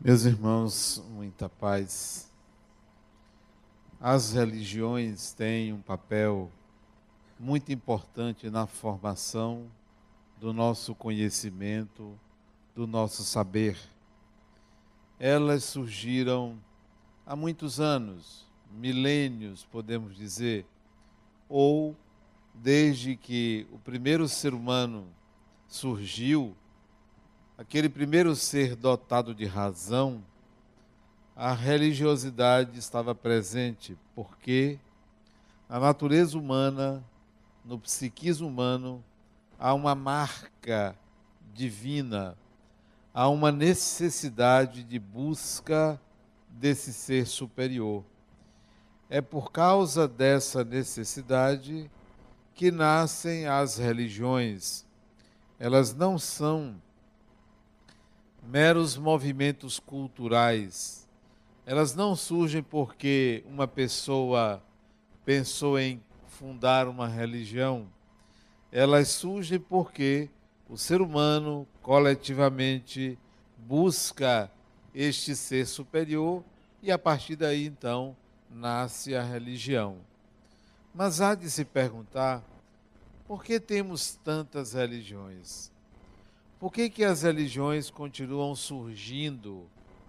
Meus irmãos, muita paz. As religiões têm um papel muito importante na formação do nosso conhecimento, do nosso saber. Elas surgiram há muitos anos, milênios, podemos dizer, ou desde que o primeiro ser humano surgiu, aquele primeiro ser dotado de razão, a religiosidade estava presente, porque na natureza humana, no psiquismo humano, há uma marca divina, há uma necessidade de busca desse ser superior. É por causa dessa necessidade que nascem as religiões. Elas não são meros movimentos culturais. Elas não surgem porque uma pessoa pensou em fundar uma religião. Elas surgem porque o ser humano, coletivamente, busca este ser superior e, a partir daí, então, nasce a religião. Mas há de se perguntar, por que temos tantas religiões? Por que as religiões continuam surgindo,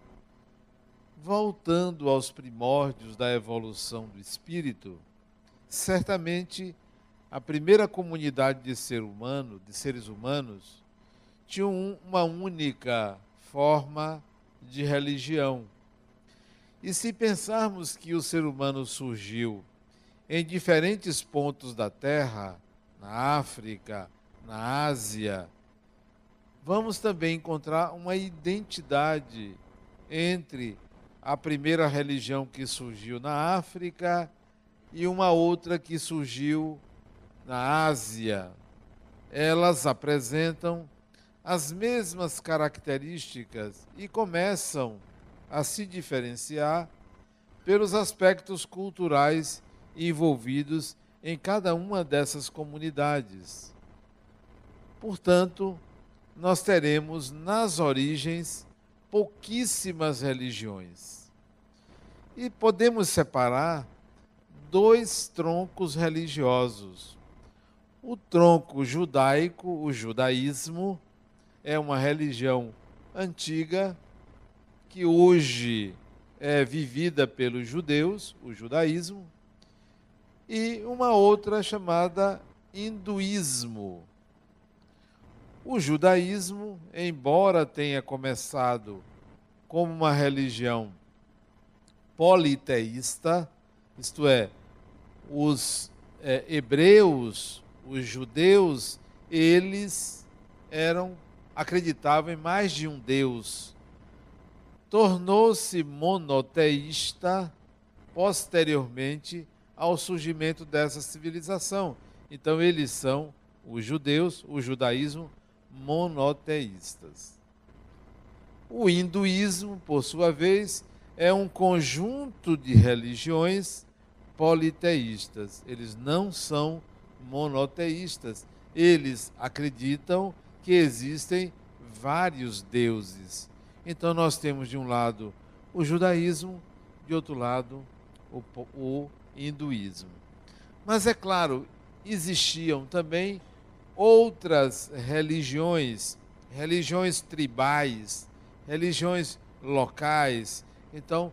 voltando aos primórdios da evolução do espírito? Certamente, a primeira comunidade de seres humanos, tinha uma única forma de religião. E se pensarmos que o ser humano surgiu em diferentes pontos da Terra, na África, na Ásia, vamos também encontrar uma identidade entre a primeira religião que surgiu na África e uma outra que surgiu na Ásia. Elas apresentam as mesmas características e começam a se diferenciar pelos aspectos culturais envolvidos em cada uma dessas comunidades. Portanto, nós teremos nas origens pouquíssimas religiões. E podemos separar dois troncos religiosos. O tronco judaico, o judaísmo, é uma religião antiga que hoje é vivida pelos judeus, o judaísmo, e uma outra chamada hinduísmo. O judaísmo, embora tenha começado como uma religião politeísta, isto é, os hebreus, os judeus, eles acreditavam em mais de um Deus. Tornou-se monoteísta posteriormente ao surgimento dessa civilização. Então eles são os judeus, o judaísmo, monoteístas. O hinduísmo, por sua vez, é um conjunto de religiões politeístas. Eles não são monoteístas. Eles acreditam que existem vários deuses. Então nós temos de um lado o judaísmo, de outro lado o hinduísmo. Mas é claro, existiam também outras religiões, religiões tribais, religiões locais. Então,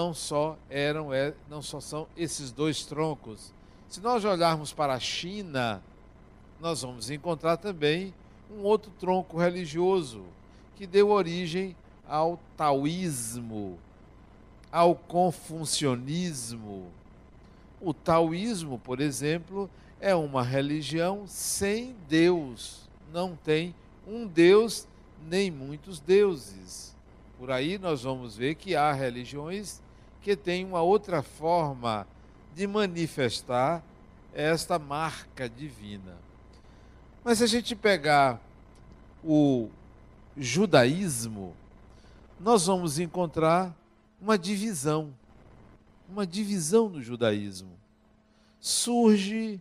não só são esses dois troncos. Se nós olharmos para a China, nós vamos encontrar também um outro tronco religioso que deu origem ao taoísmo, ao confucionismo. O taoísmo, por exemplo, é uma religião sem Deus. Não tem um Deus nem muitos deuses. Por aí nós vamos ver que há religiões que têm uma outra forma de manifestar esta marca divina. Mas se a gente pegar o judaísmo, nós vamos encontrar uma divisão no judaísmo. Surge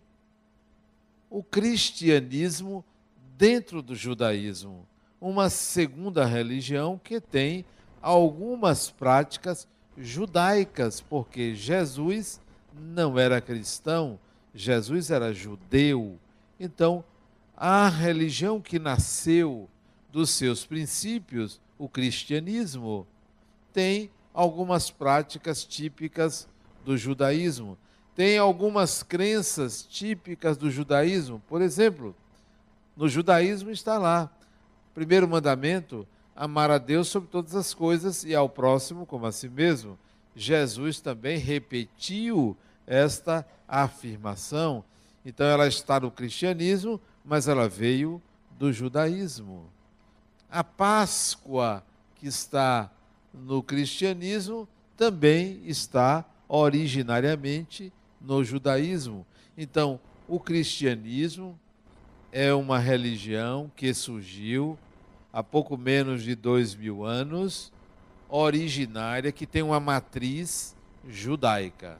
o cristianismo dentro do judaísmo, uma segunda religião que tem algumas práticas judaicas, porque Jesus não era cristão, Jesus era judeu. Então, a religião que nasceu dos seus princípios, o cristianismo, tem algumas práticas típicas do judaísmo, tem algumas crenças típicas do judaísmo. Por exemplo, no judaísmo está lá, primeiro mandamento, amar a Deus sobre todas as coisas e ao próximo como a si mesmo. Jesus também repetiu esta afirmação. Então ela está no cristianismo, mas ela veio do judaísmo. A Páscoa, que está no cristianismo, também está originariamente no judaísmo. Então, o cristianismo é uma religião que surgiu há pouco menos de 2000 anos, originária, que tem uma matriz judaica.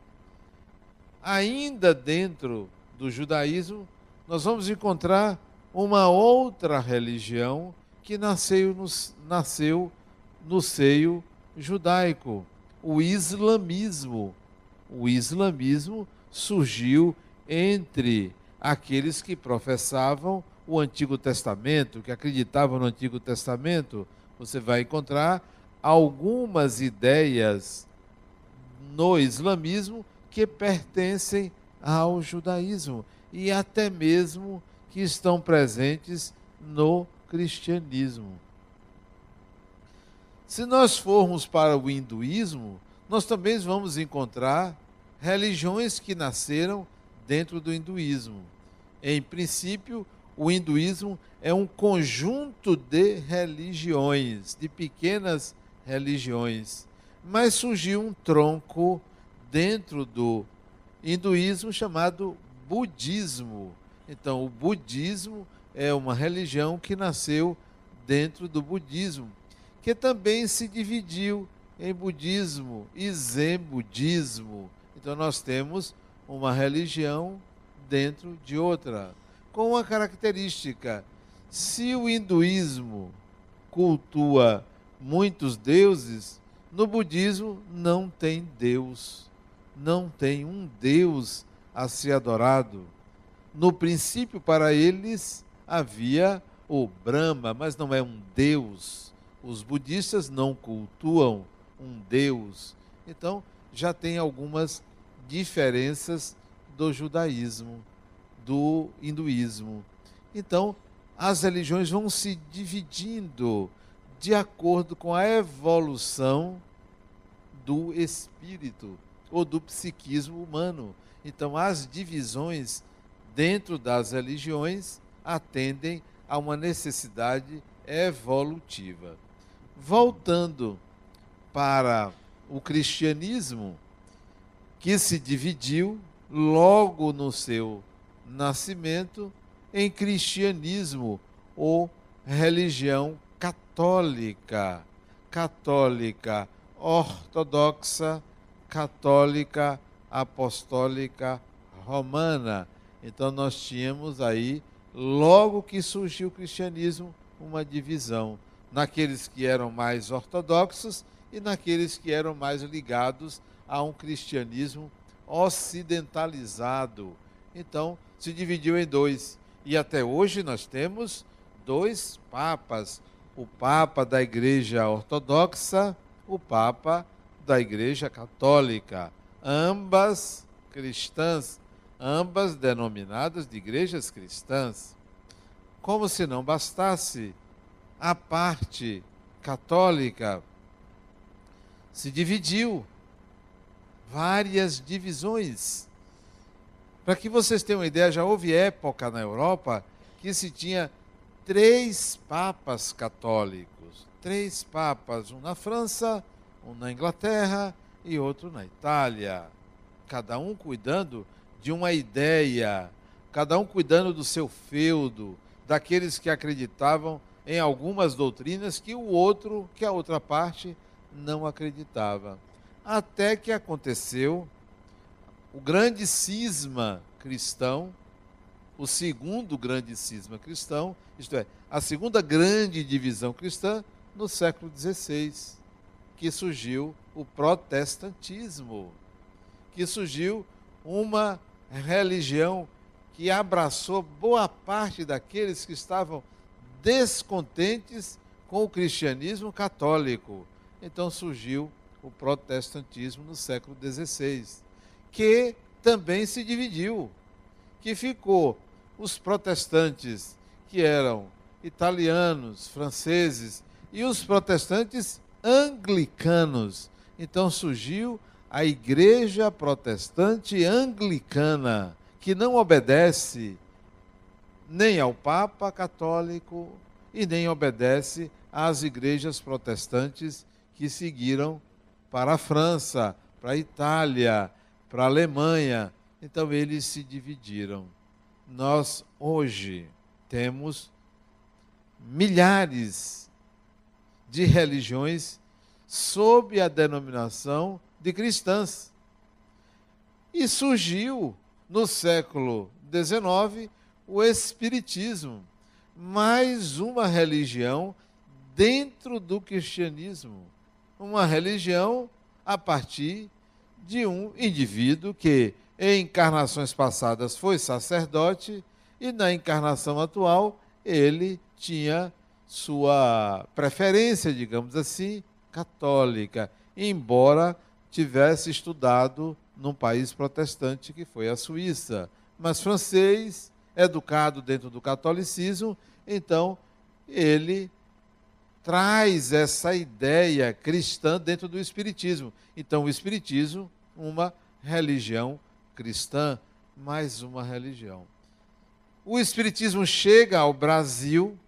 Ainda dentro do judaísmo, nós vamos encontrar uma outra religião que nasceu no seio judaico, o islamismo. O islamismo surgiu entre aqueles que professavam o Antigo Testamento, que acreditavam no Antigo Testamento. Você vai encontrar algumas ideias no islamismo que pertencem ao judaísmo e até mesmo que estão presentes no cristianismo. Se nós formos para o hinduísmo, nós também vamos encontrar religiões que nasceram dentro do hinduísmo. Em princípio, o hinduísmo é um conjunto de religiões, de pequenas religiões. Mas surgiu um tronco dentro do hinduísmo chamado budismo. Então, o budismo é uma religião que nasceu dentro do budismo, que também se dividiu em budismo e zen budismo. Então, nós temos uma religião dentro de outra, com uma característica: se o hinduísmo cultua muitos deuses, no budismo não tem Deus, não tem um Deus a ser adorado. No princípio, para eles, havia o Brahma, mas não é um Deus. Os budistas não cultuam um Deus. Então, já tem algumas diferenças do judaísmo, do hinduísmo. Então, as religiões vão se dividindo de acordo com a evolução do espírito ou do psiquismo humano. Então, as divisões dentro das religiões atendem a uma necessidade evolutiva. Voltando para o cristianismo, que se dividiu logo no seu nascimento em cristianismo ou religião católica, católica ortodoxa, católica apostólica romana. Então nós tínhamos aí, logo que surgiu o cristianismo, uma divisão naqueles que eram mais ortodoxos e naqueles que eram mais ligados a um cristianismo ocidentalizado. Então se dividiu em dois. E até hoje nós temos dois papas: o Papa da Igreja Ortodoxa, o Papa da Igreja Católica, ambas cristãs, ambas denominadas de igrejas cristãs. Como se não bastasse, a parte católica se dividiu, várias divisões. Para que vocês tenham uma ideia, já houve época na Europa que se tinha 3 papas católicos. 3 papas, um na França, um na Inglaterra e outro na Itália. Cada um cuidando de uma ideia, cada um cuidando do seu feudo, daqueles que acreditavam em algumas doutrinas que a outra parte não acreditava. Até que aconteceu o grande cisma cristão, o segundo grande cisma cristão, isto é, a segunda grande divisão cristã, no século XVI, que surgiu o protestantismo, que surgiu uma religião que abraçou boa parte daqueles que estavam descontentes com o cristianismo católico. Então surgiu o protestantismo no século XVI, que também se dividiu, que ficou os protestantes, que eram italianos, franceses, e os protestantes anglicanos. Então surgiu a Igreja Protestante Anglicana, que não obedece nem ao Papa Católico e nem obedece às igrejas protestantes que seguiram para a França, para a Itália, para a Alemanha. Então eles se dividiram. Nós hoje temos milhares de religiões sob a denominação de cristãs. E surgiu, no século XIX, o Espiritismo, mais uma religião dentro do cristianismo. Uma religião a partir de um indivíduo que, em encarnações passadas, foi sacerdote e, na encarnação atual, ele tinha sua preferência, digamos assim, católica, embora tivesse estudado num país protestante, que foi a Suíça. Mas francês, educado dentro do catolicismo, então ele traz essa ideia cristã dentro do espiritismo. Então o espiritismo, uma religião cristã, mais uma religião. O espiritismo chega ao Brasil,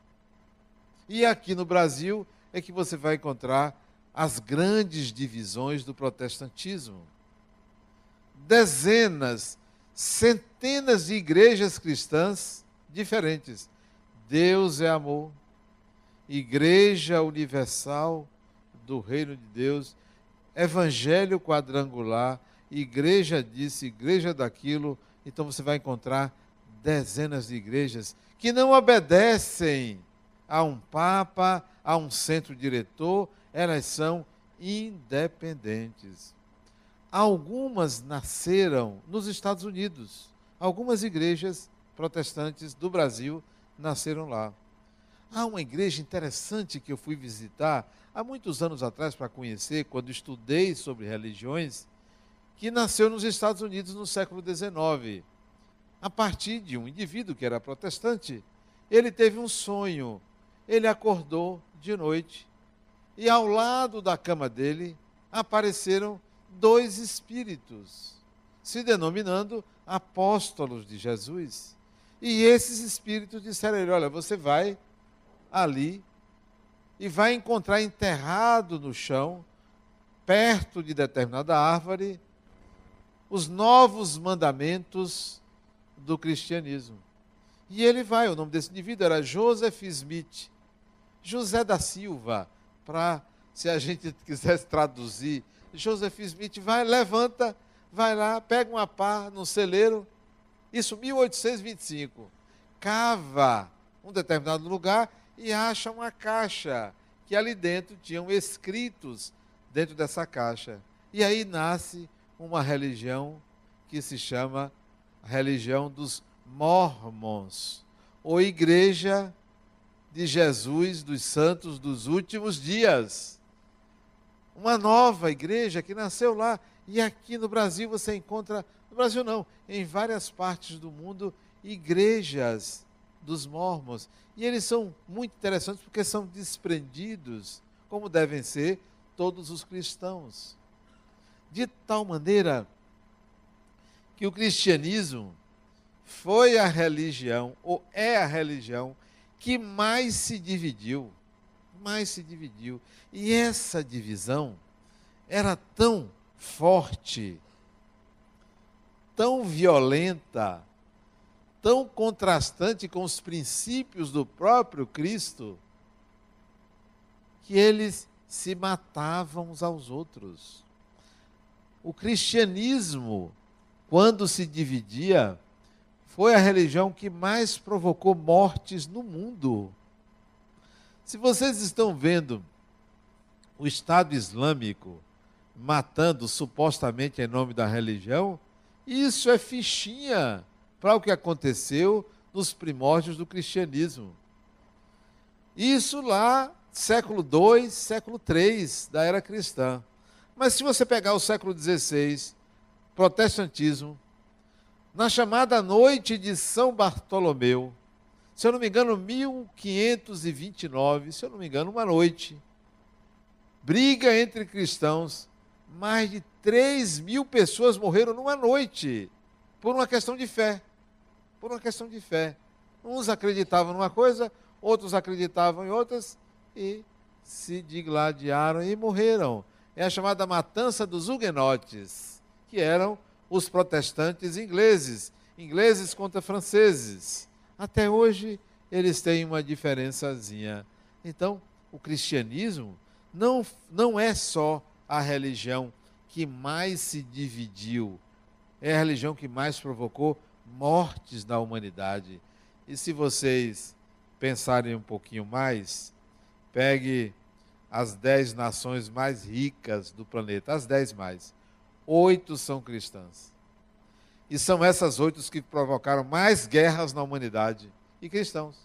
e aqui no Brasil é que você vai encontrar as grandes divisões do protestantismo. Dezenas, centenas de igrejas cristãs diferentes. Deus é amor, Igreja Universal do Reino de Deus, Evangelho Quadrangular, igreja disso, igreja daquilo. Então você vai encontrar dezenas de igrejas que não obedecem a um papa, a um centro diretor, elas são independentes. Algumas nasceram nos Estados Unidos. Algumas igrejas protestantes do Brasil nasceram lá. Há uma igreja interessante que eu fui visitar há muitos anos atrás para conhecer, quando estudei sobre religiões, que nasceu nos Estados Unidos no século XIX. A partir de um indivíduo que era protestante, ele teve um sonho. Ele acordou de noite e ao lado da cama dele apareceram dois espíritos, se denominando apóstolos de Jesus. E esses espíritos disseram a ele: olha, você vai ali e vai encontrar enterrado no chão, perto de determinada árvore, os novos mandamentos do cristianismo. E ele vai, o nome desse indivíduo era Joseph Smith, José da Silva, para, se a gente quisesse traduzir, Joseph Smith vai, levanta, vai lá, pega uma pá no celeiro, isso 1825, cava um determinado lugar e acha uma caixa, que ali dentro tinham escritos dentro dessa caixa. E aí nasce uma religião que se chama a religião dos Mormons, ou Igreja de Jesus dos Santos dos Últimos Dias. Uma nova igreja que nasceu lá. E aqui no Brasil você encontra, no Brasil não, em várias partes do mundo, igrejas dos Mormons. E eles são muito interessantes porque são desprendidos, como devem ser todos os cristãos. De tal maneira que o cristianismo foi a religião, ou é a religião, que mais se dividiu. Mais se dividiu. E essa divisão era tão forte, tão violenta, tão contrastante com os princípios do próprio Cristo, que eles se matavam uns aos outros. O cristianismo, quando se dividia, foi a religião que mais provocou mortes no mundo. Se vocês estão vendo o Estado Islâmico matando supostamente em nome da religião, isso é fichinha para o que aconteceu nos primórdios do cristianismo. Isso lá, século II, século III da era cristã. Mas se você pegar o século XVI, protestantismo, na chamada Noite de São Bartolomeu, se eu não me engano, 1529, se eu não me engano, uma noite, briga entre cristãos, mais de 3.000 pessoas morreram numa noite, por uma questão de fé. Por uma questão de fé. Uns acreditavam numa coisa, outros acreditavam em outras, e se digladiaram e morreram. É a chamada matança dos huguenotes, que eram os protestantes ingleses, ingleses contra franceses. Até hoje, eles têm uma diferençazinha. Então, o cristianismo não é só a religião que mais se dividiu, é a religião que mais provocou mortes na humanidade. E se vocês pensarem um pouquinho mais, pegue as 10 nações mais ricas do planeta, as 10 mais. 8 são cristãs. E são essas 8 que provocaram mais guerras na humanidade. E cristãos.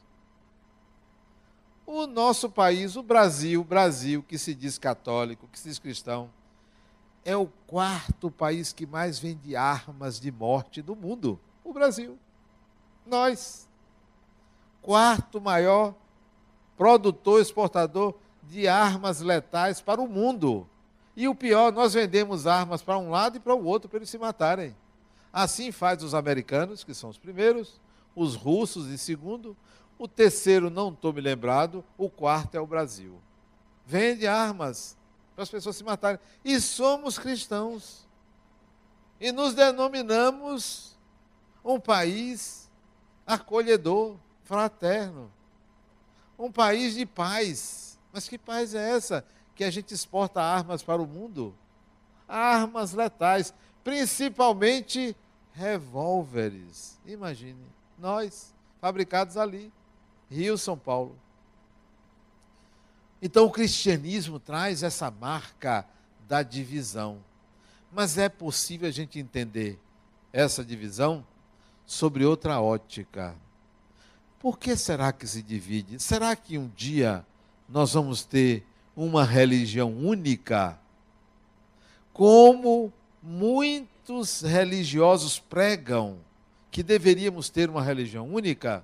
O nosso país, o Brasil, que se diz católico, que se diz cristão, é o 4º país que mais vende armas de morte do mundo. O Brasil. Nós. 4º maior produtor, exportador de armas letais para o mundo. E o pior, nós vendemos armas para um lado e para o outro, para eles se matarem. Assim faz os americanos, que são os primeiros, os russos em segundo, o terceiro não estou me lembrado, o 4º é o Brasil. Vende armas para as pessoas se matarem. E somos cristãos. E nos denominamos um país acolhedor, fraterno. Um país de paz. Mas que paz é essa? Que a gente exporta armas para o mundo? Armas letais, principalmente revólveres. Imagine, nós, fabricados ali, Rio, São Paulo. Então o cristianismo traz essa marca da divisão. Mas é possível a gente entender essa divisão sobre outra ótica. Por que será que se divide? Será que um dia nós vamos ter uma religião única? Como muitos religiosos pregam que deveríamos ter uma religião única,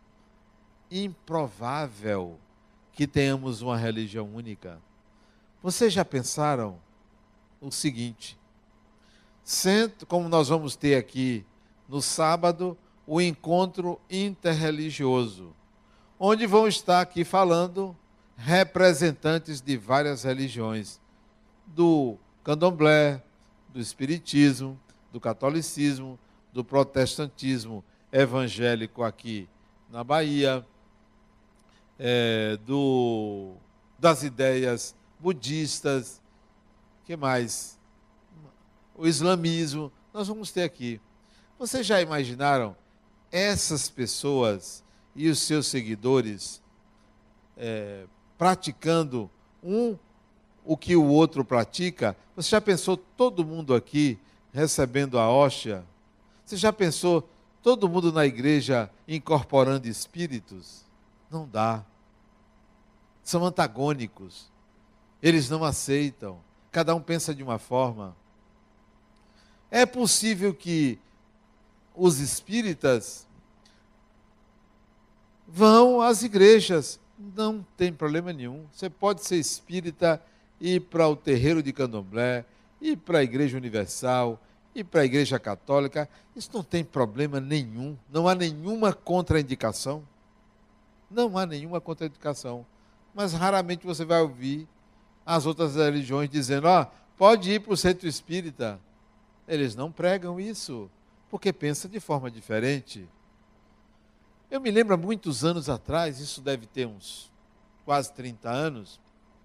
improvável que tenhamos uma religião única. Vocês já pensaram o seguinte, como nós vamos ter aqui no sábado o encontro interreligioso, onde vão estar aqui falando representantes de várias religiões, do candomblé, do espiritismo, do catolicismo, do protestantismo evangélico aqui na Bahia, das ideias budistas, que mais? O islamismo, nós vamos ter aqui. Vocês já imaginaram essas pessoas e os seus seguidores praticando o que o outro pratica? Você já pensou todo mundo aqui recebendo a hóstia? Você já pensou todo mundo na igreja incorporando espíritos? Não dá. São antagônicos. Eles não aceitam. Cada um pensa de uma forma. É possível que os espíritas vão às igrejas. Não tem problema nenhum. Você pode ser espírita, ir para o terreiro de candomblé, ir para a igreja universal, ir para a igreja católica. Isso não tem problema nenhum. Não há nenhuma contraindicação. Não há nenhuma contraindicação. Mas raramente você vai ouvir as outras religiões dizendo, pode ir para o centro espírita. Eles não pregam isso, porque pensam de forma diferente. Eu me lembro há muitos anos atrás, isso deve ter uns quase 30 anos,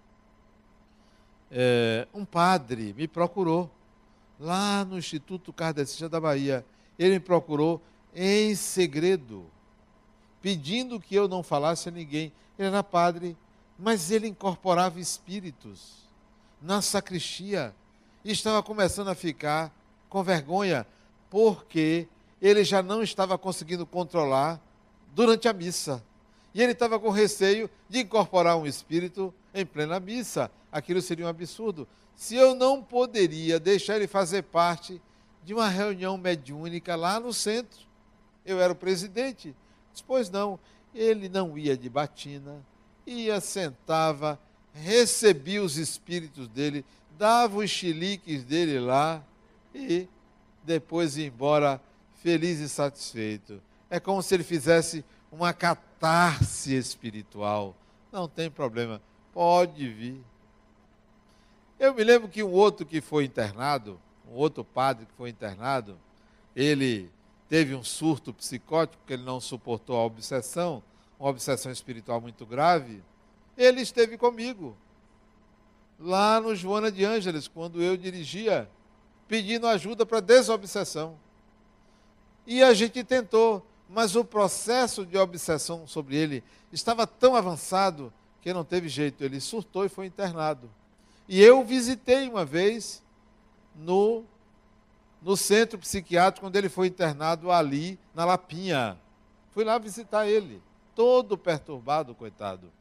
um padre me procurou, lá no Instituto Kardecista da Bahia. Ele me procurou em segredo, pedindo que eu não falasse a ninguém. Ele era padre mas ele incorporava espíritos na sacristia e estava começando a ficar com vergonha, porque ele já não estava conseguindo controlar durante a missa. E ele estava com receio de incorporar um espírito em plena missa. Aquilo seria um absurdo. Se eu não poderia deixar ele fazer parte de uma reunião mediúnica lá no centro, eu era o presidente. Pois não, ele não ia de batina, ia, sentava, recebia os espíritos dele, dava os chiliques dele lá e depois ia embora feliz e satisfeito. É como se ele fizesse uma catarse espiritual. Não tem problema, pode vir. Eu me lembro que um outro que foi internado, um outro padre que foi internado, ele teve um surto psicótico, porque ele não suportou a obsessão, uma obsessão espiritual muito grave. Ele esteve comigo, lá no Joana de Ângeles, quando eu dirigia, pedindo ajuda para desobsessão. E a gente tentou, mas o processo de obsessão sobre ele estava tão avançado que não teve jeito, ele surtou e foi internado. E eu visitei uma vez no centro psiquiátrico, quando ele foi internado ali na Lapinha. Fui lá visitar ele, todo perturbado, coitado.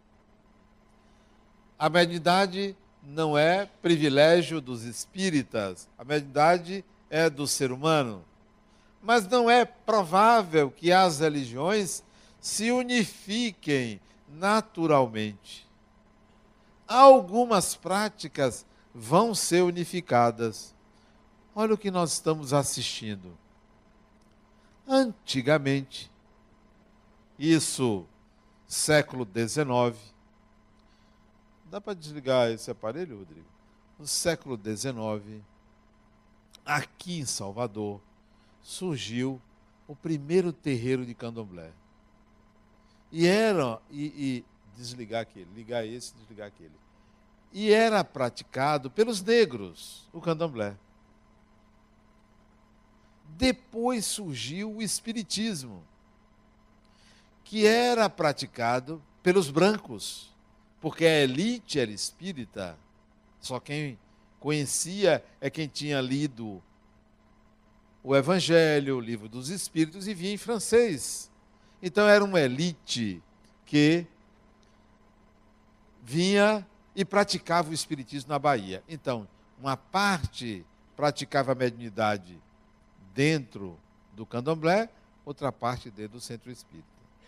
A mediunidade não é privilégio dos espíritas, a mediunidade é do ser humano. Mas não é provável que as religiões se unifiquem naturalmente. Algumas práticas vão ser unificadas. Olha o que nós estamos assistindo. Antigamente, isso, século XIX, dá para desligar esse aparelho, Rodrigo? No século XIX, aqui em Salvador, surgiu o primeiro terreiro de candomblé. Desligar aquele, ligar esse, desligar aquele. E era praticado pelos negros, o candomblé. Depois surgiu o espiritismo, que era praticado pelos brancos, porque a elite era espírita, só quem conhecia é quem tinha lido o Evangelho, o Livro dos Espíritos, e via em francês. Então era uma elite que vinha e praticava o espiritismo na Bahia. Então, uma parte praticava a mediunidade dentro do candomblé, outra parte dentro do centro espírita.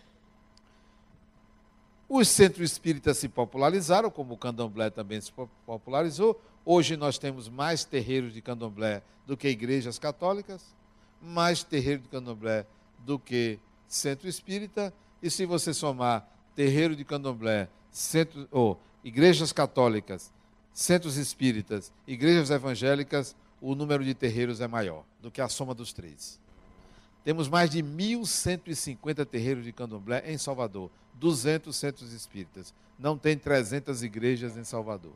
Os centros espíritas se popularizaram, como o candomblé também se popularizou. Hoje nós temos mais terreiros de candomblé do que igrejas católicas, mais terreiro de candomblé do que centro espírita, e se você somar terreiro de candomblé, igrejas católicas, centros espíritas, igrejas evangélicas, o número de terreiros é maior do que a soma dos três. Temos mais de 1.150 terreiros de candomblé em Salvador, 200 centros espíritas. Não tem 300 igrejas em Salvador.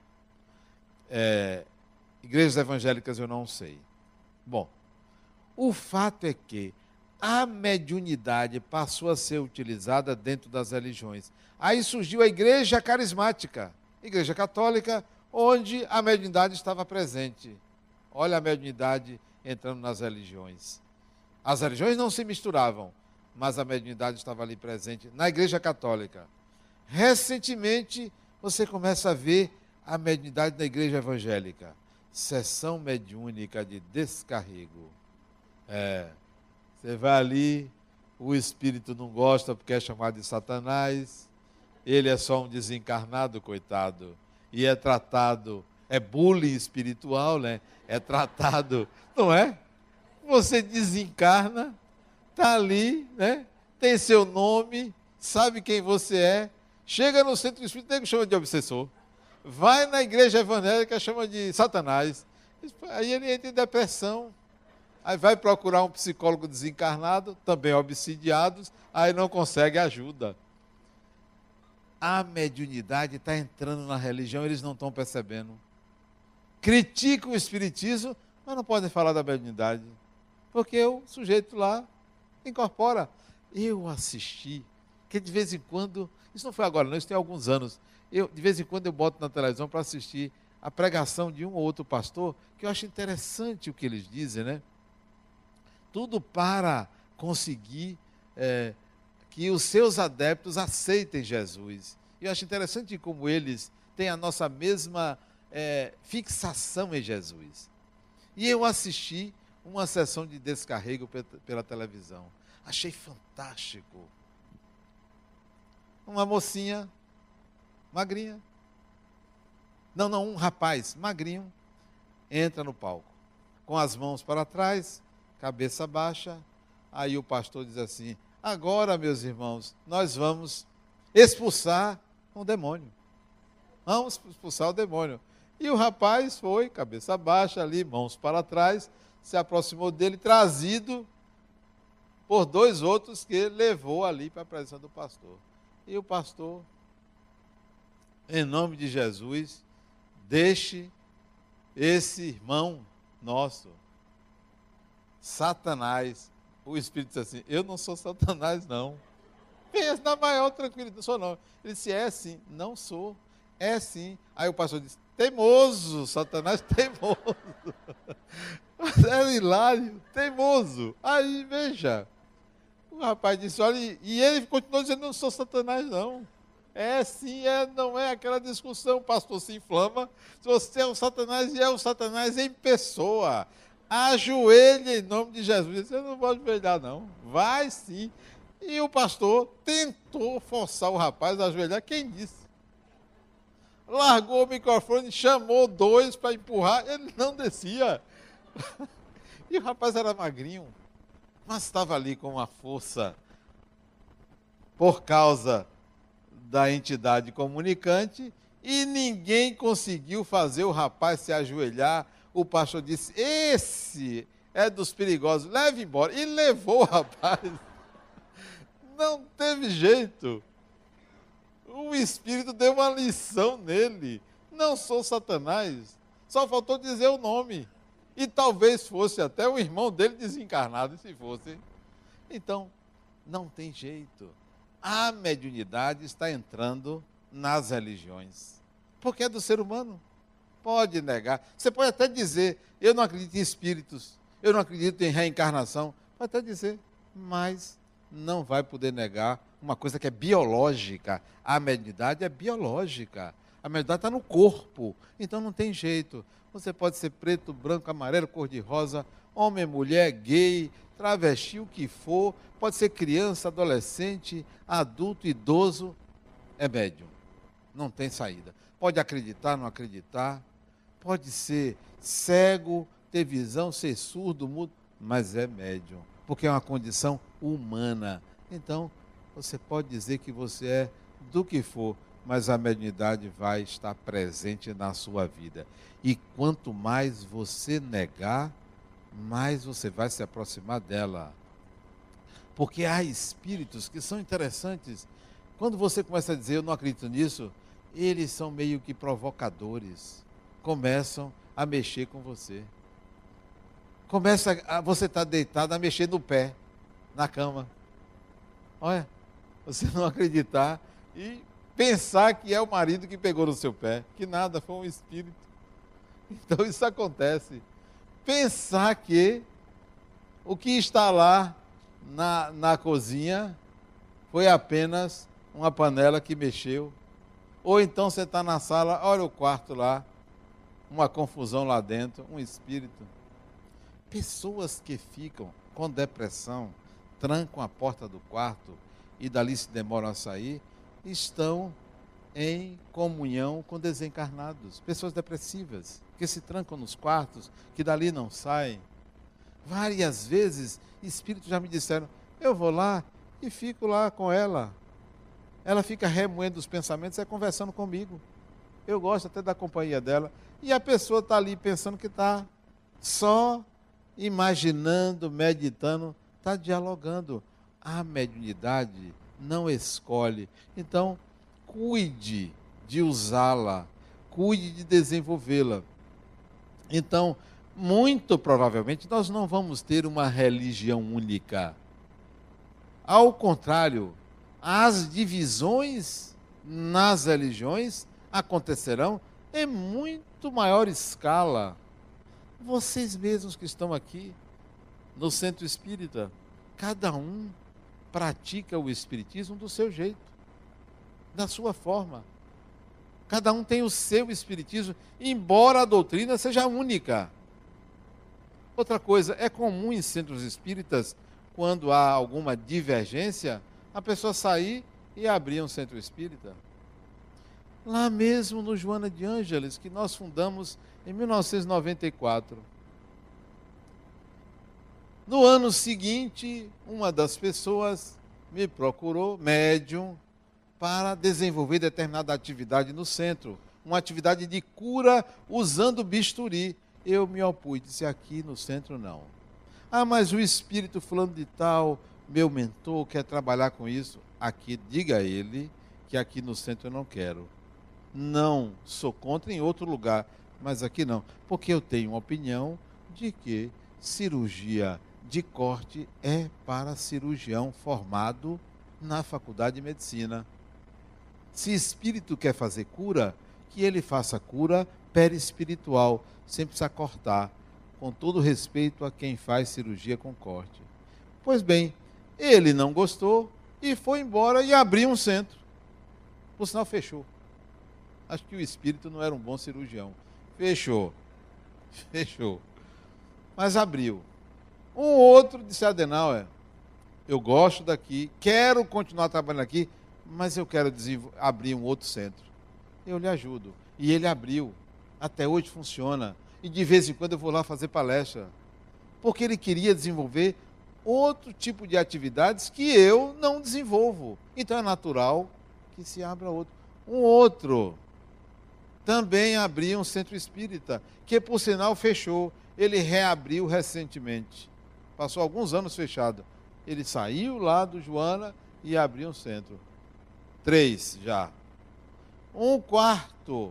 Igrejas evangélicas eu não sei. Bom, o fato é que a mediunidade passou a ser utilizada dentro das religiões. Aí surgiu a igreja carismática, igreja católica, onde a mediunidade estava presente. Olha a mediunidade entrando nas religiões. As religiões não se misturavam, mas a mediunidade estava ali presente na igreja católica. Recentemente, você começa a ver a mediunidade na igreja evangélica. Sessão mediúnica de descarrego. Você vai ali, o espírito não gosta porque é chamado de Satanás, ele é só um desencarnado, coitado, e é tratado, é bullying espiritual, né? É tratado, não é? Você desencarna, está ali, né? Tem seu nome, sabe quem você é, chega no centro espírita, nego chama de obsessor, vai na igreja evangélica, chama de Satanás, aí ele entra em depressão, aí vai procurar um psicólogo desencarnado, também obsidiados, aí não consegue ajuda. A mediunidade está entrando na religião, eles não estão percebendo. Criticam o espiritismo, mas não podem falar da mediunidade, porque o sujeito lá incorpora. Eu assisti que de vez em quando, isso não foi agora não, isso tem alguns anos, de vez em quando eu boto na televisão para assistir a pregação de um ou outro pastor, que eu acho interessante o que eles dizem, né? Tudo para conseguir que os seus adeptos aceitem Jesus. E eu acho interessante como eles têm a nossa mesma fixação em Jesus. E eu assisti uma sessão de descarrego pela televisão. Achei fantástico. Uma mocinha, magrinha. Não, um rapaz, magrinho, entra no palco, com as mãos para trás, cabeça baixa. Aí o pastor diz assim: agora, meus irmãos, nós vamos expulsar um demônio. Vamos expulsar o demônio. E o rapaz foi, cabeça baixa ali, mãos para trás, se aproximou dele, trazido por dois outros que ele levou ali para a presença do pastor. E o pastor, em nome de Jesus, deixe esse irmão nosso, Satanás. O Espírito disse assim: eu não sou Satanás, não. Pensa na maior tranquilidade, não sou não. Ele disse: é sim, não sou, é sim. Aí o pastor disse: teimoso, Satanás teimoso. Era hilário, teimoso. Aí, veja, o rapaz disse: olha, e ele continuou dizendo: não sou Satanás, não. É sim, não é aquela discussão, o pastor se inflama. Se você é o Satanás, e é o Satanás em pessoa. Ajoelhe em nome de Jesus. Eu não vou ajoelhar, não. Vai sim. E o pastor tentou forçar o rapaz a ajoelhar. Quem disse? Largou o microfone, chamou dois para empurrar. Ele não descia. E o rapaz era magrinho, mas estava ali com uma força por causa da entidade comunicante, e ninguém conseguiu fazer o rapaz se ajoelhar. O pastor disse: esse é dos perigosos, leve embora. E levou o rapaz. Não teve jeito. O Espírito deu uma lição nele. Não sou Satanás. Só faltou dizer o nome. E talvez fosse até o irmão dele desencarnado, se fosse. Então, não tem jeito. A mediunidade está entrando nas religiões. Porque é do ser humano. Pode negar. Você pode até dizer: eu não acredito em espíritos, eu não acredito em reencarnação. Pode até dizer, mas não vai poder negar uma coisa que é biológica. A mediunidade é biológica. A mediunidade está no corpo. Então não tem jeito. Você pode ser preto, branco, amarelo, cor-de-rosa, homem, mulher, gay, travesti, o que for. Pode ser criança, adolescente, adulto, idoso. É médium. Não tem saída. Pode acreditar, não acreditar. Pode ser cego, ter visão, ser surdo, mudo, mas é médium. Porque é uma condição humana. Então, você pode dizer que você é do que for, mas a mediunidade vai estar presente na sua vida. E quanto mais você negar, mais você vai se aproximar dela. Porque há espíritos que são interessantes. Quando você começa a dizer: eu não acredito nisso, eles são meio que provocadores. Começam a mexer com você. Você está deitado a mexer no pé, na cama. Olha, você não acreditar e pensar que é o marido que pegou no seu pé. Que nada, foi um espírito. Então isso acontece. Pensar que o que está lá na cozinha foi apenas uma panela que mexeu. Ou então você está na sala, olha o quarto lá, uma confusão lá dentro, um espírito. Pessoas que ficam com depressão, trancam a porta do quarto e dali se demoram a sair, estão em comunhão com desencarnados. Pessoas depressivas, que se trancam nos quartos, que dali não saem. Várias vezes, espíritos já me disseram: eu vou lá e fico lá com ela. Ela fica remoendo os pensamentos e conversando comigo. Eu gosto até da companhia dela. E a pessoa está ali pensando que está só imaginando, meditando, está dialogando. A mediunidade não escolhe. Então, cuide de usá-la, cuide de desenvolvê-la. Então, muito provavelmente, nós não vamos ter uma religião única. Ao contrário, as divisões nas religiões acontecerão em muito maior escala. Vocês mesmos que estão aqui no Centro Espírita, cada um pratica o Espiritismo do seu jeito, da sua forma. Cada um tem o seu Espiritismo, embora a doutrina seja única. Outra coisa, é comum em centros espíritas, quando há alguma divergência, a pessoa sair e abrir um centro espírita. Lá mesmo no Joana de Ângeles, que nós fundamos em 1994. No ano seguinte, uma das pessoas me procurou, médium, para desenvolver determinada atividade no centro, uma atividade de cura usando bisturi. Eu me opus, disse: aqui no centro não. Ah, mas o espírito fulano de tal, meu mentor, quer trabalhar com isso. Aqui, diga a ele que aqui no centro eu não quero. Não, sou contra em outro lugar, mas aqui não. Porque eu tenho uma opinião de que cirurgia de corte é para cirurgião formado na faculdade de medicina. Se espírito quer fazer cura, que ele faça cura perispiritual, sem precisar cortar, com todo respeito a quem faz cirurgia com corte. Pois bem, ele não gostou e foi embora e abriu um centro. Por sinal, fechou. Acho que o espírito não era um bom cirurgião. Fechou. Mas abriu. Um outro disse: Adenauer, eu gosto daqui, quero continuar trabalhando aqui, mas eu quero abrir um outro centro. Eu lhe ajudo. E ele abriu. Até hoje funciona. E de vez em quando eu vou lá fazer palestra. Porque ele queria desenvolver outro tipo de atividades que eu não desenvolvo. Então é natural que se abra outro. Um outro também abriu um centro espírita, que por sinal fechou. Ele reabriu recentemente. Passou alguns anos fechado. Ele saiu lá do Joana e abriu um centro. 3 já. Um quarto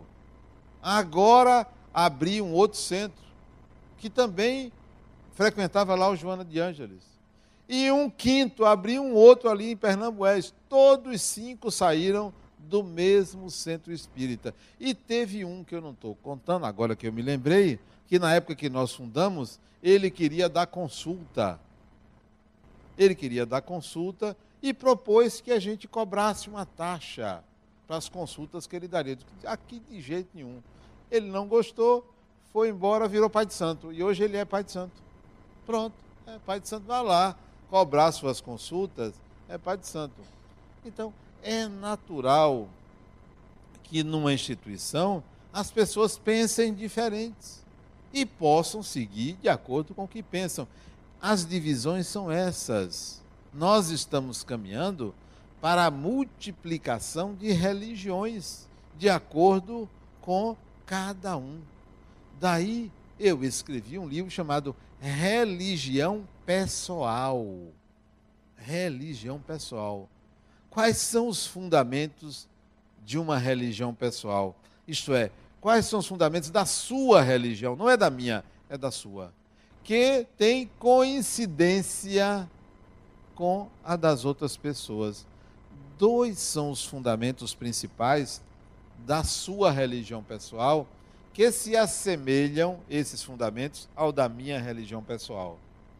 agora abriu um outro centro, que também frequentava lá o Joana de Ângeles. E um quinto abriu um outro ali em Pernambués. Todos 5 saíram do mesmo centro espírita. E teve um que eu não estou contando, agora que eu me lembrei, que na época que nós fundamos, ele queria dar consulta. Ele queria dar consulta e propôs que a gente cobrasse uma taxa para as consultas que ele daria. Aqui de jeito nenhum. Ele não gostou, foi embora, virou pai de santo. E hoje ele é pai de santo. Pronto, é pai de santo, vai lá cobrar suas consultas, é pai de santo. Então, é natural que numa instituição as pessoas pensem diferentes e possam seguir de acordo com o que pensam. As divisões são essas. Nós estamos caminhando para a multiplicação de religiões, de acordo com cada um. Daí eu escrevi um livro chamado Religião Pessoal. Religião pessoal. Quais são os fundamentos de uma religião pessoal? Isto é, quais são os fundamentos da sua religião? Não é da minha, é da sua. Que tem coincidência com a das outras pessoas. 2 são os fundamentos principais da sua religião pessoal, que se assemelham, esses fundamentos, ao da minha religião pessoal.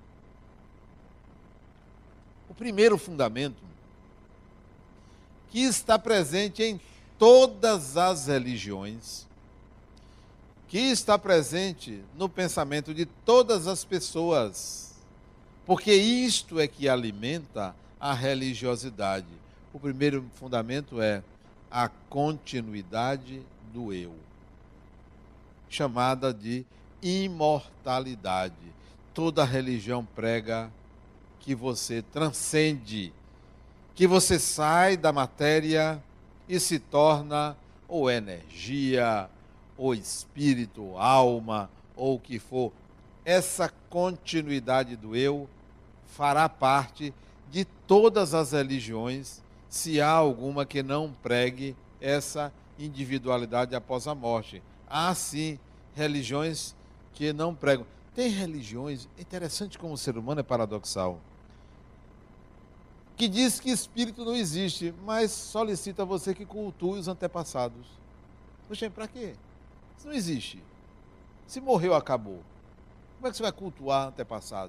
O primeiro fundamento, que está presente em todas as religiões, que está presente no pensamento de todas as pessoas, porque isto é que alimenta a religiosidade. O primeiro fundamento é a continuidade do eu, chamada de imortalidade. Toda religião prega que você transcende, que você sai da matéria e se torna ou energia, ou espírito, alma, ou o que for. Essa continuidade do eu fará parte de todas as religiões, se há alguma que não pregue essa individualidade após a morte. Há, sim, religiões que não pregam. Tem religiões, interessante como o ser humano é paradoxal. que diz que espírito não existe, mas solicita a você que cultue os antepassados. Poxa, para quê? Isso não existe. Se morreu, acabou. Como é que você vai cultuar antepassado?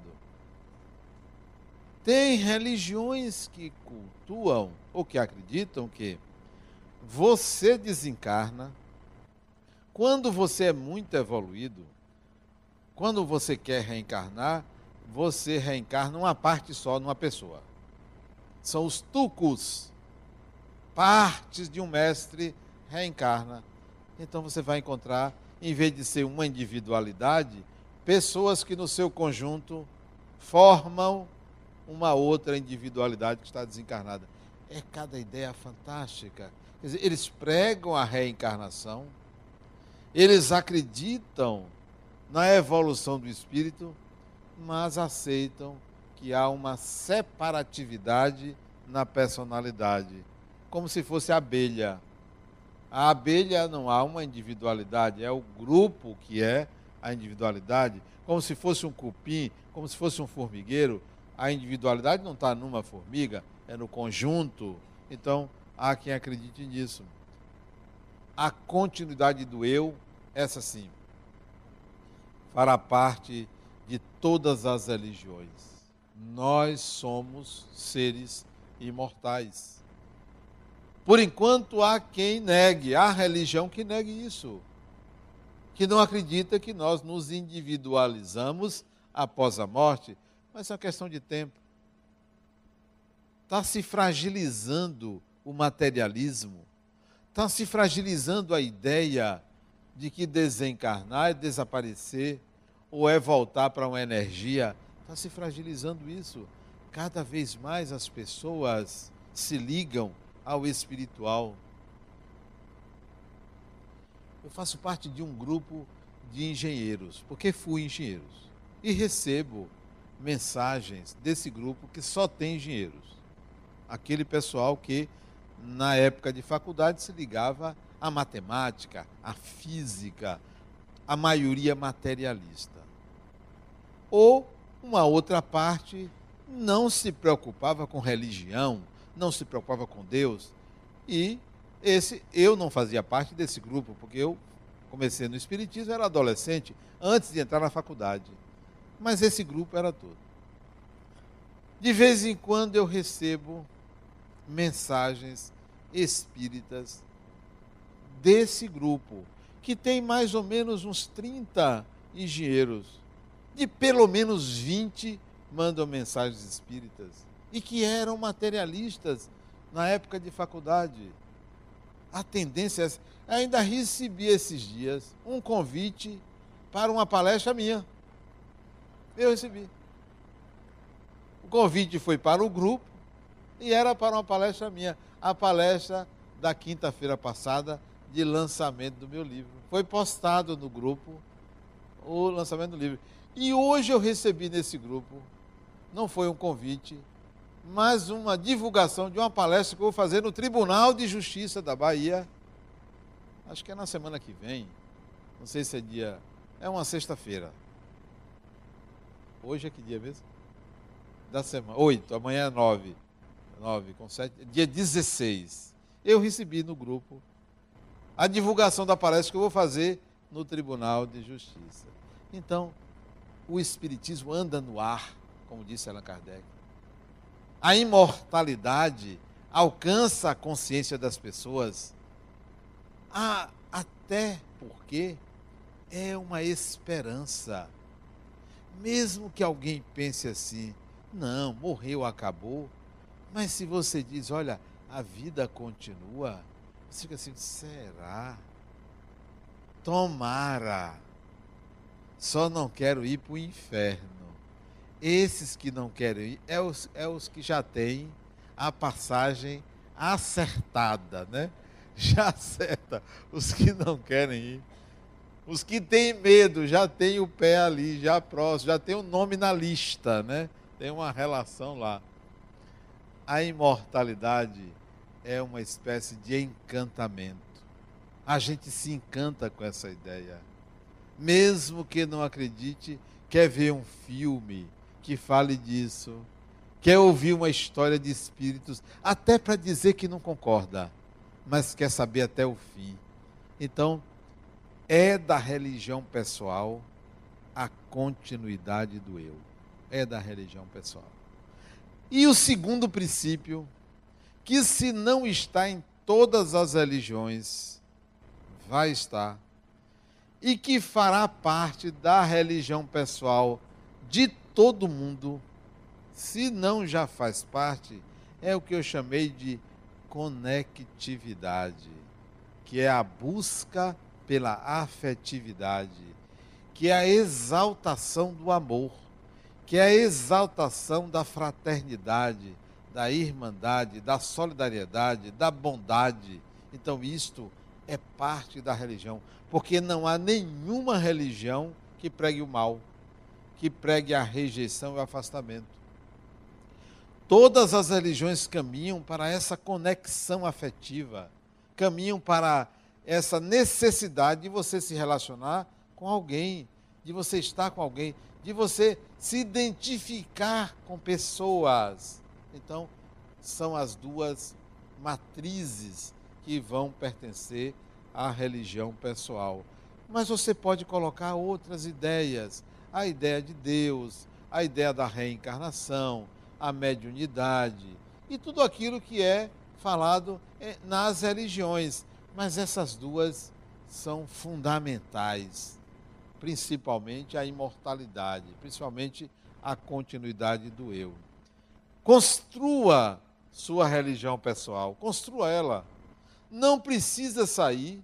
Tem religiões que cultuam ou que acreditam que você desencarna quando você é muito evoluído. Quando você quer reencarnar, você reencarna uma parte só numa pessoa. São os tucos. Partes de um mestre reencarna. Então você vai encontrar, em vez de ser uma individualidade, pessoas que no seu conjunto formam uma outra individualidade que está desencarnada. É cada ideia fantástica. Quer dizer, eles pregam a reencarnação, eles acreditam na evolução do espírito, mas aceitam que há uma separatividade na personalidade, como se fosse a abelha. A abelha não há uma individualidade, é o grupo que é a individualidade, como se fosse um cupim, como se fosse um formigueiro. A individualidade não está numa formiga, é no conjunto. Então, há quem acredite nisso. A continuidade do eu, essa sim, fará parte de todas as religiões. Nós somos seres imortais. Por enquanto, há quem negue, há religião que negue isso, que não acredita que nós nos individualizamos após a morte, mas é uma questão de tempo. Está se fragilizando o materialismo, está se fragilizando a ideia de que desencarnar é desaparecer, ou é voltar para uma energia. Está se fragilizando isso. Cada vez mais as pessoas se ligam ao espiritual. Eu faço parte de um grupo de engenheiros, porque fui engenheiro, e recebo mensagens desse grupo que só tem engenheiros. Aquele pessoal que, na época de faculdade, se ligava à matemática, à física, a maioria materialista. Ou uma outra parte não se preocupava com religião, não se preocupava com Deus. E eu não fazia parte desse grupo, porque eu comecei no Espiritismo, era adolescente, antes de entrar na faculdade. Mas esse grupo era todo. De vez em quando eu recebo mensagens espíritas desse grupo, que tem mais ou menos uns 30 engenheiros, de pelo menos 20 mandam mensagens espíritas, e que eram materialistas na época de faculdade. A tendência é essa. Ainda recebi esses dias um convite para uma palestra minha. Eu recebi. O convite foi para o grupo e era para uma palestra minha. A palestra da quinta-feira passada, de lançamento do meu livro. Foi postado no grupo o lançamento do livro. E hoje eu recebi nesse grupo, não foi um convite, mas uma divulgação de uma palestra que eu vou fazer no Tribunal de Justiça da Bahia. Acho que é na semana que vem. Não sei se é dia... É uma sexta-feira. Hoje é que dia mesmo? Da semana. 8, amanhã é 9. 9 com 7. Dia 16. Eu recebi no grupo a divulgação da palestra que eu vou fazer no Tribunal de Justiça. Então, o Espiritismo anda no ar, como disse Allan Kardec. A imortalidade alcança a consciência das pessoas, até porque é uma esperança. Mesmo que alguém pense assim, não, morreu, acabou, mas se você diz, olha, a vida continua, você fica assim, será? Tomara. Só não quero ir para o inferno. Esses que não querem ir, é os que já têm a passagem acertada, né? Já acerta. Os que não querem ir. Os que têm medo, já têm o pé ali, já próximo, já tem o nome na lista, né? Tem uma relação lá. A imortalidade é uma espécie de encantamento. A gente se encanta com essa ideia. Mesmo que não acredite, quer ver um filme que fale disso, quer ouvir uma história de espíritos, até para dizer que não concorda, mas quer saber até o fim. Então, é da religião pessoal a continuidade do eu. É da religião pessoal. E o segundo princípio, que se não está em todas as religiões, vai estar, e que fará parte da religião pessoal de todo mundo, se não já faz parte, é o que eu chamei de conectividade, que é a busca pela afetividade, que é a exaltação do amor, que é a exaltação da fraternidade, da irmandade, da solidariedade, da bondade. Então isto é parte da religião, porque não há nenhuma religião que pregue o mal, que pregue a rejeição e o afastamento. Todas as religiões caminham para essa conexão afetiva, caminham para essa necessidade de você se relacionar com alguém, de você estar com alguém, de você se identificar com pessoas. Então, são as duas matrizes que vão pertencer à religião pessoal. Mas você pode colocar outras ideias, a ideia de Deus, a ideia da reencarnação, a mediunidade e tudo aquilo que é falado nas religiões. Mas essas duas são fundamentais, principalmente a imortalidade, principalmente a continuidade do eu. Construa sua religião pessoal, construa ela. Não precisa sair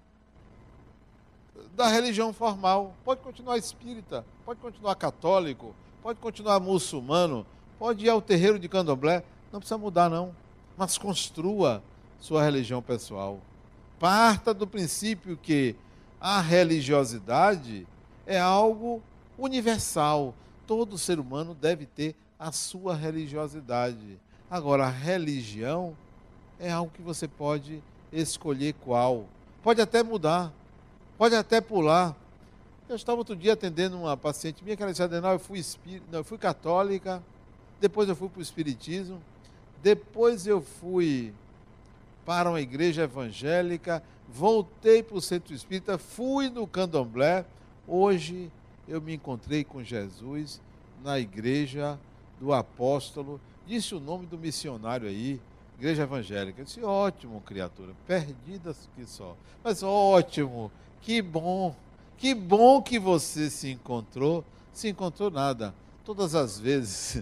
da religião formal. Pode continuar espírita, pode continuar católico, pode continuar muçulmano, pode ir ao terreiro de candomblé, não precisa mudar não, mas construa sua religião pessoal. Parta do princípio que a religiosidade é algo universal. Todo ser humano deve ter a sua religiosidade. Agora, a religião é algo que você pode escolher qual. Pode até mudar, pode até pular. Eu estava outro dia atendendo uma paciente minha que ela disse: Adenal, eu fui católica, depois eu fui para o espiritismo, depois eu fui para uma igreja evangélica, voltei para o centro espírita, fui no candomblé, hoje eu me encontrei com Jesus na igreja do apóstolo, disse o nome do missionário aí, igreja evangélica. Eu disse: ótimo, criatura, perdida que só, mas ótimo, que bom que você se encontrou nada, todas as vezes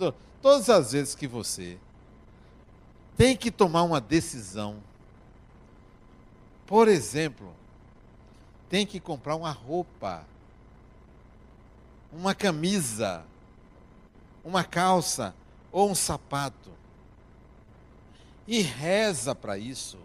que você tem que tomar uma decisão. Por exemplo, tem que comprar uma roupa, uma camisa, uma calça ou um sapato. E reza para isso.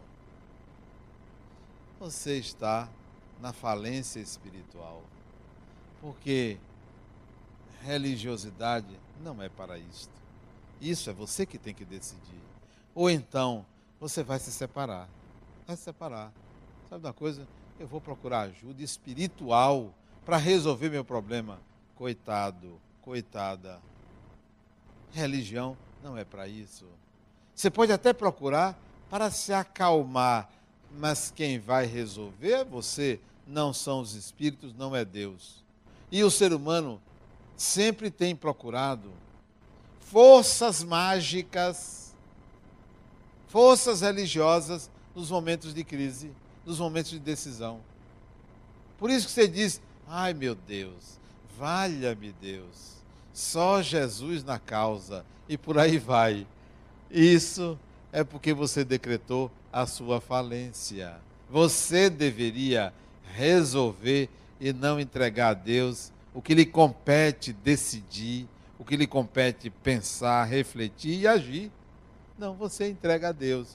Você está na falência espiritual. Porque religiosidade não é para isto. Isso é você que tem que decidir. Ou então, você vai se separar. Vai se separar. Sabe de uma coisa? Eu vou procurar ajuda espiritual para resolver meu problema. Coitado, coitada. Religião não é para isso. Você pode até procurar para se acalmar, mas quem vai resolver é você. Não são os espíritos, não é Deus. E o ser humano sempre tem procurado forças mágicas, forças religiosas nos momentos de crise, nos momentos de decisão. Por isso que você diz: ai meu Deus, valha-me Deus, só Jesus na causa, e por aí vai. Isso é porque você decretou a sua falência. Você deveria resolver e não entregar a Deus o que lhe compete decidir, o que lhe compete pensar, refletir e agir. Não, você entrega a Deus.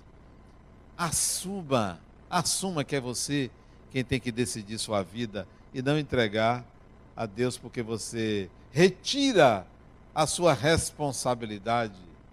Assuma que é você quem tem que decidir sua vida e não entregar a Deus, porque você retira a sua responsabilidade.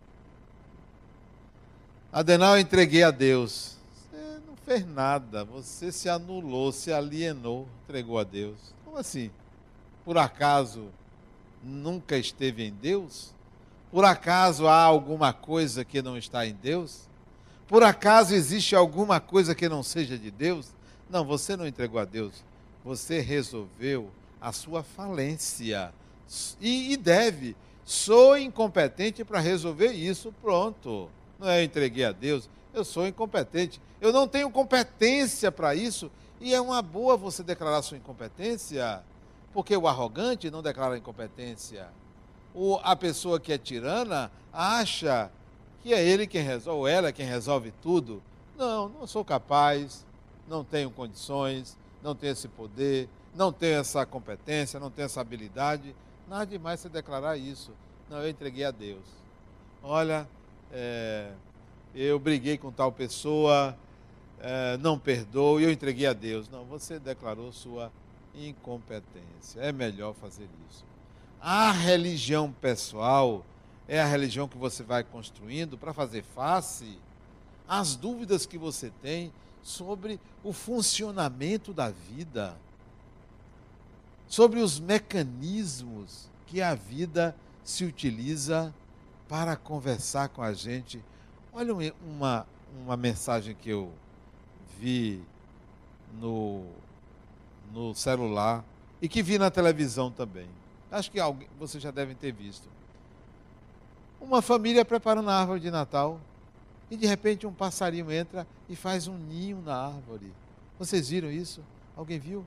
Adenal, eu entreguei a Deus. Você não fez nada, você se anulou, se alienou, entregou a Deus. Como assim? Por acaso nunca esteve em Deus? Por acaso há alguma coisa que não está em Deus? Por acaso existe alguma coisa que não seja de Deus? Não, você não entregou a Deus. Você resolveu a sua falência. E deve. Sou incompetente para resolver isso, pronto. Não é eu entreguei a Deus, eu sou incompetente. Eu não tenho competência para isso. E é uma boa você declarar sua incompetência, porque o arrogante não declara incompetência. A pessoa que é tirana acha que é ele quem resolve, ou ela quem resolve tudo. Não, não sou capaz, não tenho condições, não tenho esse poder, não tenho essa competência, não tenho essa habilidade. Nada demais você declarar isso. Não, eu entreguei a Deus. Olha, eu briguei com tal pessoa, não perdoo, e eu entreguei a Deus. Não, você declarou sua incompetência. É melhor fazer isso. A religião pessoal é a religião que você vai construindo para fazer face às dúvidas que você tem sobre o funcionamento da vida, sobre os mecanismos que a vida se utiliza para conversar com a gente. Olha uma mensagem que eu vi no celular e que vi na televisão também. Acho que vocês já devem ter visto. Uma família preparando a árvore de Natal e de repente um passarinho entra e faz um ninho na árvore. Vocês viram isso? Alguém viu?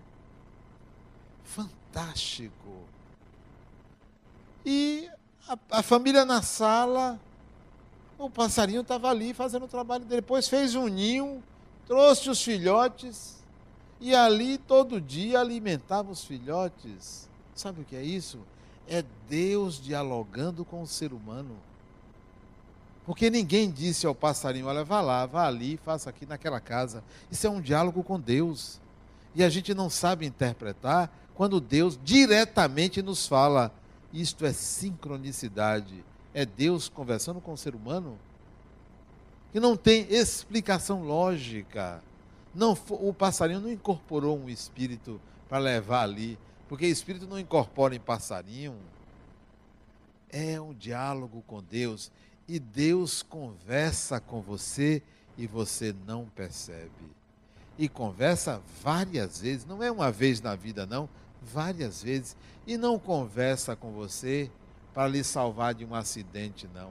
Fantástico. E a família na sala, o passarinho estava ali fazendo o trabalho dele. Depois fez um ninho, trouxe os filhotes e ali todo dia alimentava os filhotes. Sabe o que é isso? É Deus dialogando com o ser humano. Porque ninguém disse ao passarinho, olha, vá lá, vá ali, faça aqui naquela casa. Isso é um diálogo com Deus. E a gente não sabe interpretar quando Deus diretamente nos fala. Isto é sincronicidade. É Deus conversando com o ser humano que não tem explicação lógica. Não, o passarinho não incorporou um espírito para levar ali, porque espírito não incorpora em passarinho. É um diálogo com Deus. E Deus conversa com você e você não percebe. E conversa várias vezes, não é uma vez na vida não, várias vezes. E não conversa com você para lhe salvar de um acidente não.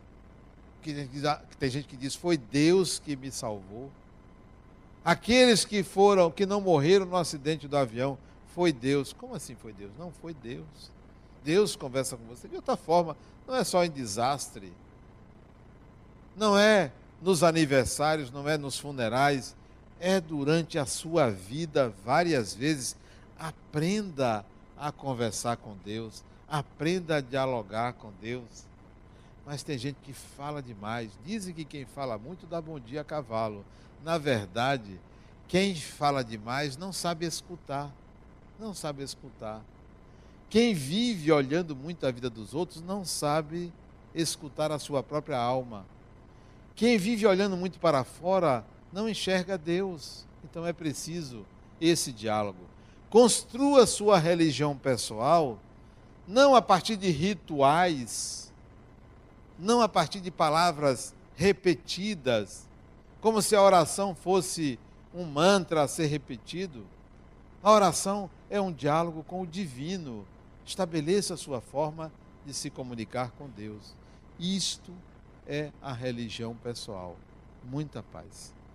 Tem gente que diz, foi Deus que me salvou. Aqueles que não morreram no acidente do avião, foi Deus. Como assim foi Deus? Não, foi Deus. Deus conversa com você de outra forma, não é só em desastre. Não é nos aniversários, não é nos funerais, é durante a sua vida várias vezes. Aprenda a conversar com Deus, aprenda a dialogar com Deus. Mas tem gente que fala demais. Dizem que quem fala muito dá bom dia a cavalo. Na verdade, quem fala demais não sabe escutar. Não sabe escutar. Quem vive olhando muito a vida dos outros não sabe escutar a sua própria alma. Quem vive olhando muito para fora não enxerga Deus. Então é preciso esse diálogo. Construa sua religião pessoal não a partir de rituais, não a partir de palavras repetidas, como se a oração fosse um mantra a ser repetido. A oração é um diálogo com o divino. Estabeleça a sua forma de se comunicar com Deus. Isto é a religião pessoal. Muita paz.